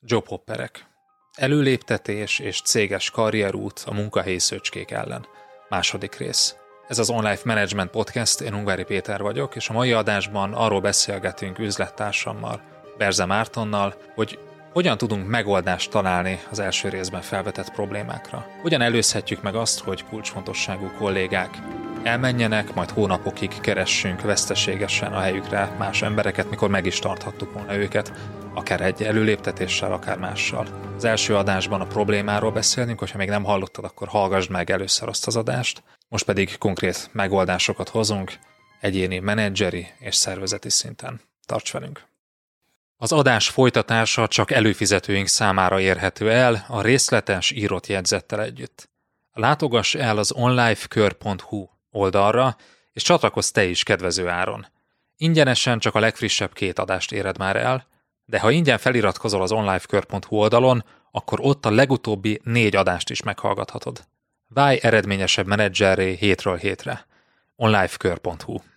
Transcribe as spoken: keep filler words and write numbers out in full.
Jobhopperek. Előléptetés és céges karrierút a munkahelyi szöcskék ellen. Második rész. Ez az Online Management Podcast, én Ungvári Péter vagyok, és a mai adásban arról beszélgetünk üzlettársammal, Berze Mártonnal, hogy hogyan tudunk megoldást találni az első részben felvetett problémákra. Hogyan előzhetjük meg azt, hogy kulcsfontosságú kollégák elmenjenek, majd hónapokig keressünk veszteségesen a helyükre más embereket, mikor meg is tarthattuk volna őket, akár egy előléptetéssel, akár mással. Az első adásban a problémáról beszélünk, hogyha még nem hallottad, akkor hallgassd meg először azt az adást. Most pedig konkrét megoldásokat hozunk egyéni, menedzseri és szervezeti szinten. Tarts velünk! Az adás folytatása csak előfizetőink számára érhető el a részletes írott jegyzettel együtt. Látogass el az onlifekör pont hu oldalra, és csatlakozz te is kedvező áron. Ingyenesen csak a legfrissebb két adást éred már el, de ha ingyen feliratkozol az onlifekör pont hu oldalon, akkor ott a legutóbbi négy adást is meghallgathatod. Válj eredményesebb menedzserré hétről hétre. onlifekör pont hu